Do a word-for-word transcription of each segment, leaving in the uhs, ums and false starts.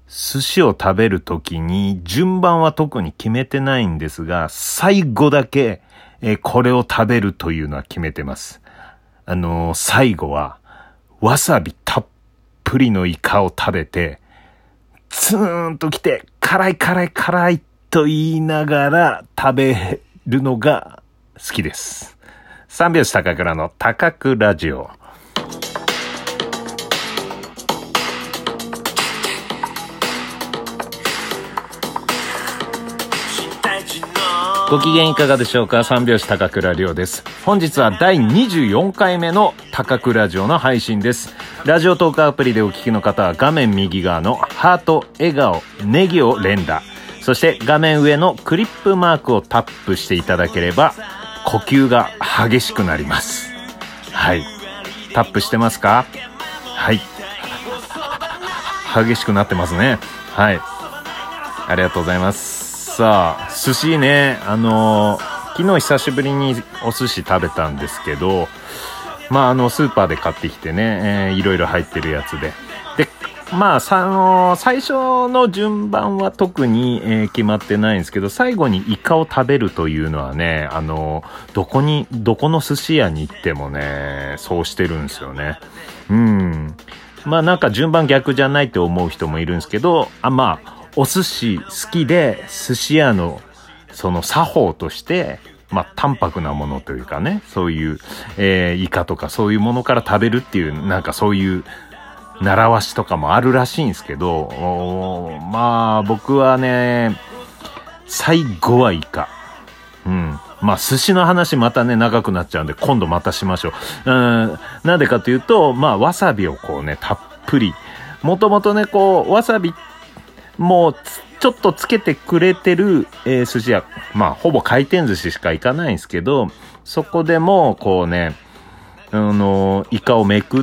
寿司を食べるときに順番は特に決めてないんですが、最後だけ、えー、これを食べるというのは決めてます。あのー、最後はわさびたっぷりのイカを食べて、ツーンときて辛い辛い辛いと言いながら食べるのが好きです。三拍子高倉の高倉ラジオ。ご機嫌いかがでしょうか。三拍子高倉涼です。本日はだいにじゅうよんかいめの高倉ラジオの配信です。ラジオトークアプリでお聞きの方は画面右側のハート、笑顔、ネギを連打、そして画面上のクリップマークをタップしていただければ呼吸が激しくなります。はい、タップしてますか？はい、激しくなってますね。はい、ありがとうございます。さあ、寿司ね、あのー、昨日久しぶりにお寿司食べたんですけど、まああのスーパーで買ってきてね、えー、いろいろ入ってるやつで、で、まあさ、あのー、最初の順番は特に、えー、決まってないんですけど、最後にイカを食べるというのはね、あのー、どこにどこの寿司屋に行ってもね、そうしてるんですよね。うん。まあなんか順番逆じゃないって思う人もいるんですけど、あ、まあお寿司好きで寿司屋のその作法として、まあ淡白なものというかね、そういう、えー、イカとかそういうものから食べるっていう、なんかそういう習わしとかもあるらしいんですけど、まあ僕はね、最後はイカ。うん。まあ寿司の話またね長くなっちゃうんで今度またしましょう。うん。なんでかというと、まあわさびをこうねたっぷり、もともとねこうわさびもうちょっとつけてくれてる、えー、寿司屋、まあほぼ回転寿司しか行かないんですけど、そこでもこうね、あのー、イカをめくって、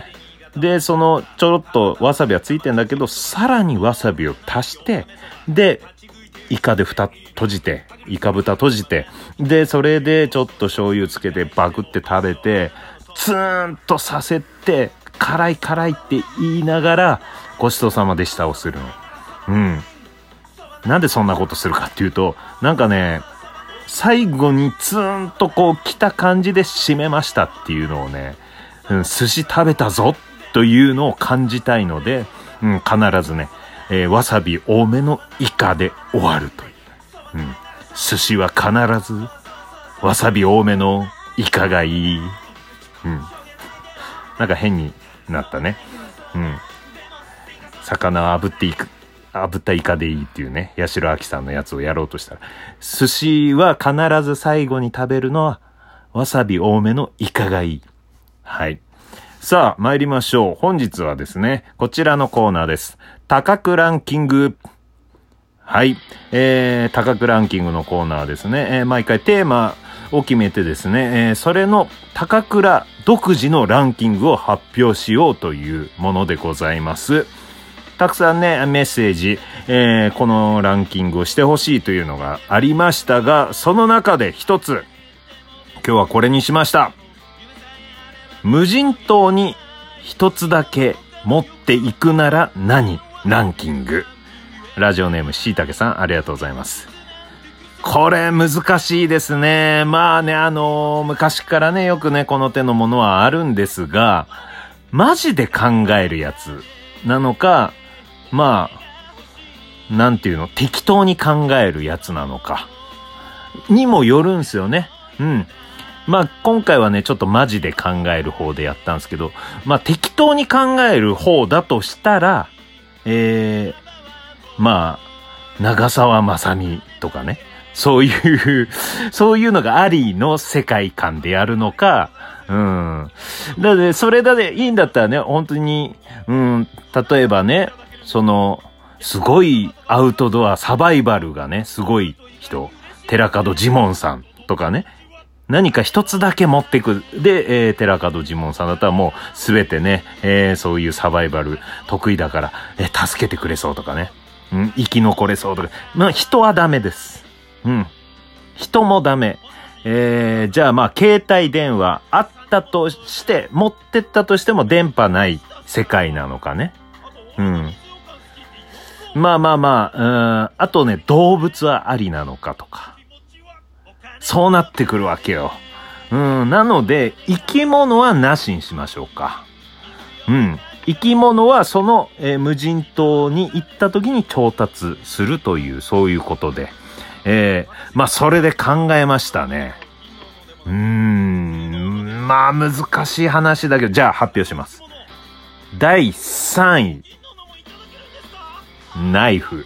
でそのちょろっとわさびはついてんだけど、さらにわさびを足して、でイカで蓋閉じて、イカ蓋閉じて、でそれでちょっと醤油つけてバクって食べて、ツーンとさせて、辛い辛いって言いながらごちそうさまでしたをするの。うん。なんでそんなことするかっていうと、なんかね、最後にツーンとこう来た感じで締めましたっていうのをね、うん、寿司食べたぞというのを感じたいので、うん、必ずね、えー、わさび多めのイカで終わるという。うん。寿司は必ずわさび多めのイカがいい。うん。なんか変になったね。うん。魚を炙っていく。炙ったイカでいいっていうね、八代亜紀さんのやつをやろうとしたら、寿司は必ず最後に食べるのはわさび多めのイカがいい。はい。さあ参りましょう。本日はですね、こちらのコーナーです。高倉ランキング。はい、えー、高倉ランキングのコーナーですね。えー、毎回テーマを決めてですね、えー、それの高倉独自のランキングを発表しようというものでございます。たくさんねメッセージ、えー、このランキングをしてほしいというのがありましたが、その中で一つ今日はこれにしました。無人島に一つだけ持っていくなら何ランキング。ラジオネームしいたけさん、ありがとうございます。これ難しいですね。まあね、あのー、昔からねよくねこの手のものはあるんですが、マジで考えるやつなのか、まあなんていうの、適当に考えるやつなのかにもよるんすよね。うん。まあ今回はねちょっとマジで考える方でやったんですけど、まあ適当に考える方だとしたら、えー、まあ長澤まさみとかね、そういうそういうのがありの世界観でやるのか、うん。だってそれだでいいんだったらね、本当に、うん、例えばね、そのすごいアウトドアサバイバルがねすごい人、寺門ジモンさんとかね、何か一つだけ持ってく。で、えー、寺門ジモンさんだったらもうすべてね、えー、そういうサバイバル得意だから、えー、助けてくれそうとかね、うん、生き残れそうとか。まあ人はダメです。うん。人もダメ。えー、じゃあまあ携帯電話あったとして持ってったとしても電波ない世界なのかね。うん。 まあまあまあ、うん、あとね、動物はありなのかとか。そうなってくるわけよ。うん、なので、生き物はなしにしましょうか。うん。生き物はその、えー、無人島に行った時に調達するという、そういうことで。えー、まあ、それで考えましたね。うーん、まあ、難しい話だけど、じゃあ発表します。だいさんい。ナイフ。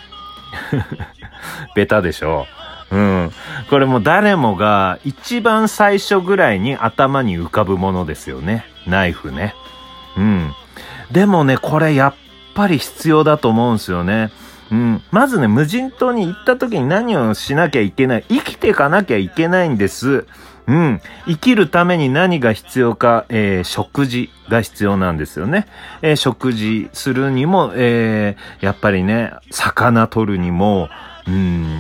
ベタでしょ。うん。これも誰もが一番最初ぐらいに頭に浮かぶものですよね。ナイフね。うん。でもね、これやっぱり必要だと思うんですよね。うん。まずね、無人島に行った時に何をしなきゃいけない。生きていかなきゃいけないんです。うん。生きるために何が必要か、えー、食事が必要なんですよね。えー、食事するにも、えー、やっぱりね、魚取るにも、うん、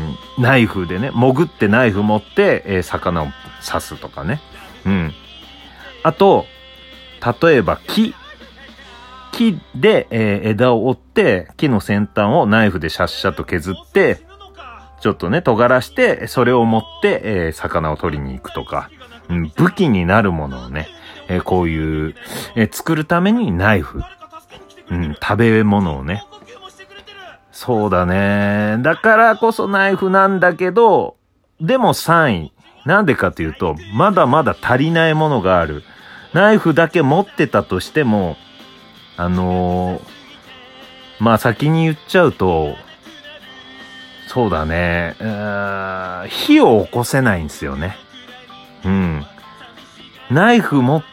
ナイフでね、潜ってナイフ持って、えー、魚を刺すとかね。うん。あと、例えば木。木で、えー、枝を折って、木の先端をナイフでシャッシャと削って、ちょっとね、尖らして、それを持って、えー、魚を取りに行くとか、うん、武器になるものをね、えー、こういう、えー、作るためにナイフ、うん、食べ物をね。そうだね。だからこそナイフなんだけど、でもさんい。なんでかというと、まだまだ足りないものがある。ナイフだけ持ってたとしても、あのー、まあ先に言っちゃうと、そうだね、火を起こせないんですよね。うん。ナイフ持って、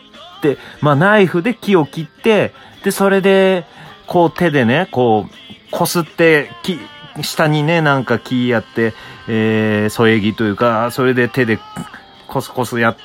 まあナイフで木を切って、で、それで、こう手でね、こう、こすって、木、下にね、なんか木やって、えー、添え木というか、それで手でコスコスやって、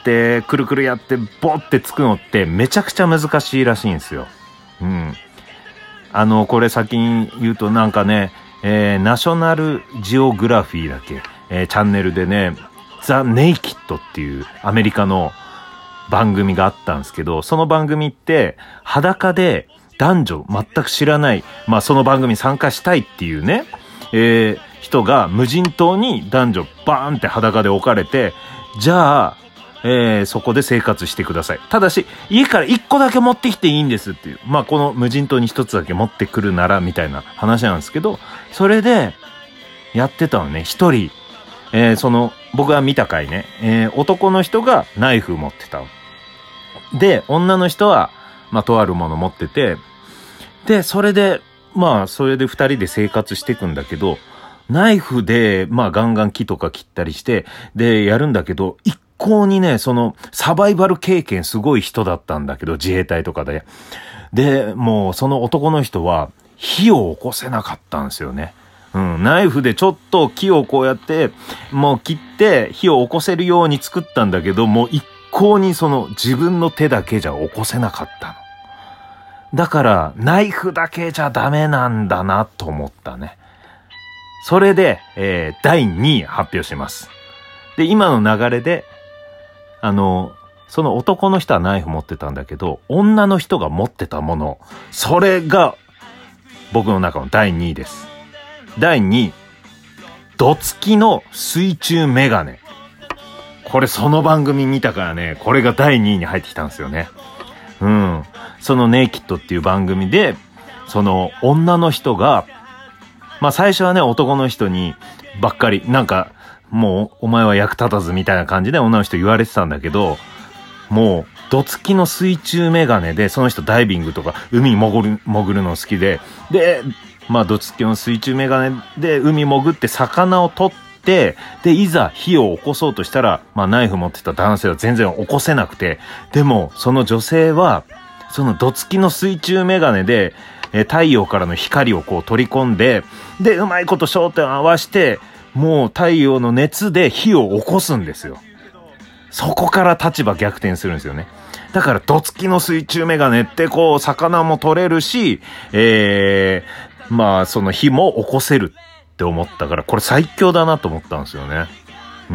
くるくるやって、ボってつくのってめちゃくちゃ難しいらしいんですよ。うん。あの、これ先に言うとなんかね、えー、ナショナルジオグラフィーだっけ、えー、チャンネルでね、ザ・ネイキッドっていうアメリカの番組があったんですけど、その番組って裸で男女全く知らない、まあその番組に参加したいっていうね、えー、人が無人島に男女バーンって裸で置かれて、じゃあ、えー、そこで生活してください。ただし、家から一個だけ持ってきていいんですっていう。まあ、この無人島に一つだけ持ってくるなら、みたいな話なんですけど、それで、やってたのね、一人。えー、その、僕が見た回ね、えー、男の人がナイフ持ってたの。で、女の人は、まあ、とあるもの持ってて、で、それで、まあ、それで二人で生活していくんだけど、ナイフで、まあ、ガンガン木とか切ったりして、で、やるんだけど、一向にね、その、サバイバル経験すごい人だったんだけど、自衛隊とかで。で、もう、その男の人は、火を起こせなかったんですよね。うん、ナイフでちょっと木をこうやって、もう切って、火を起こせるように作ったんだけど、もう一向にその、自分の手だけじゃ起こせなかったの。だから、ナイフだけじゃダメなんだな、と思ったね。それで、えー、だいにい発表します。で、今の流れで、あの、その男の人はナイフ持ってたんだけど、女の人が持ってたもの、それが、僕の中のだいにいです。だいにい、どつきの水中メガネ。これその番組見たからね、これがだいにいに入ってきたんですよね。うん。そのネイキッドっていう番組で、その女の人が、まあ最初はね、男の人にばっかり、なんか、もうお前は役立たずみたいな感じで女の人言われてたんだけど、もう、どつきの水中メガネで、その人ダイビングとか海に潜る、潜るの好きで、で、まあどつきの水中メガネで海潜って魚を取って、で、いざ火を起こそうとしたら、まあナイフ持ってた男性は全然起こせなくて、でも、その女性は、そのどつきの水中メガネで、え太陽からの光をこう取り込んで、で、うまいこと焦点を合わして、もう太陽の熱で火を起こすんですよ。そこから立場逆転するんですよね。だから、どつきの水中メガネって、こう、魚も取れるし、えー、まあ、その火も起こせるって思ったから、これ最強だなと思ったんですよね。うん。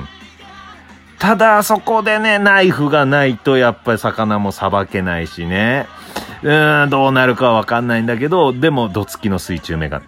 ただ、そこでね、ナイフがないと、やっぱり魚もさばけないしね。うーん、どうなるかはわかんないんだけど、でも、どつきの水中メガネ。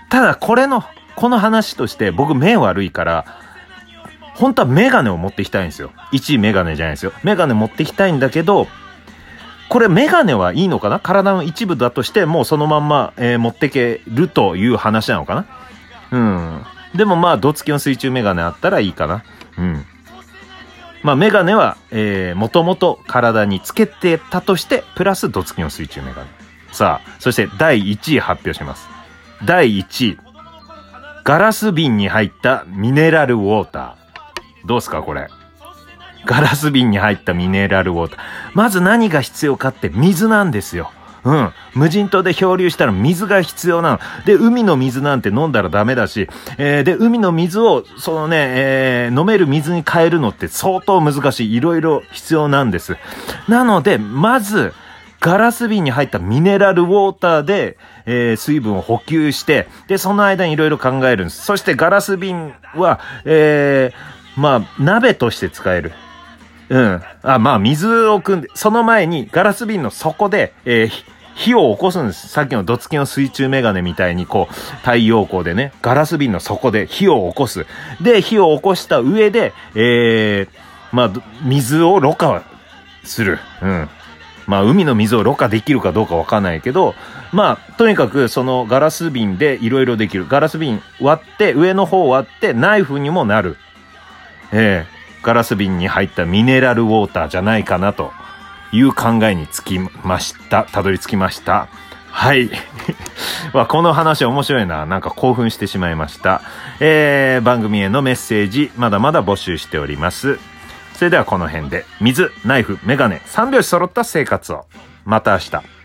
ただこれの、この話として僕目悪いから、本当はメガネを持ってきたいんですよ。いちいメガネじゃないですよ。メガネ持ってきたいんだけど、これメガネはいいのかな？体の一部だとしてもうそのまんま、えー、持ってけるという話なのかな？うん。でもまあ、どつきの水中メガネあったらいいかな。うん。まあ、メガネは、えー、もともと体につけてたとして、プラスどつきの水中メガネ。さあ、そしてだいいちい発表します。だいいちい。ガラス瓶に入ったミネラルウォーター。どうすかこれ。ガラス瓶に入ったミネラルウォーター。まず何が必要かって水なんですよ。うん。無人島で漂流したら水が必要なの。で、海の水なんて飲んだらダメだし、えー、で、海の水を、そのね、えー、飲める水に変えるのって相当難しい。いろいろ必要なんです。なので、まず、ガラス瓶に入ったミネラルウォーターで、えー、水分を補給して、で、その間にいろいろ考えるんです。そしてガラス瓶は、えー、まあ、鍋として使える。うん。あ、まあ、水を汲んで、その前にガラス瓶の底で、えー、火を起こすんです。さっきのどつきの水中メガネみたいに、こう、太陽光でね、ガラス瓶の底で火を起こす。で、火を起こした上で、えー、まあ、水をろ過する。うん。まあ、海の水をろ過できるかどうかわかんないけど、まあ、とにかくそのガラス瓶でいろいろできる。ガラス瓶割って、上の方を割ってナイフにもなる。ええー。ガラス瓶に入ったミネラルウォーターじゃないかなという考えにつきました。たどり着きました。はい。この話面白いな。なんか興奮してしまいました。えー、番組へのメッセージ、まだまだ募集しております。それではこの辺で、水、ナイフ、メガネ、三拍子揃った生活を。また明日。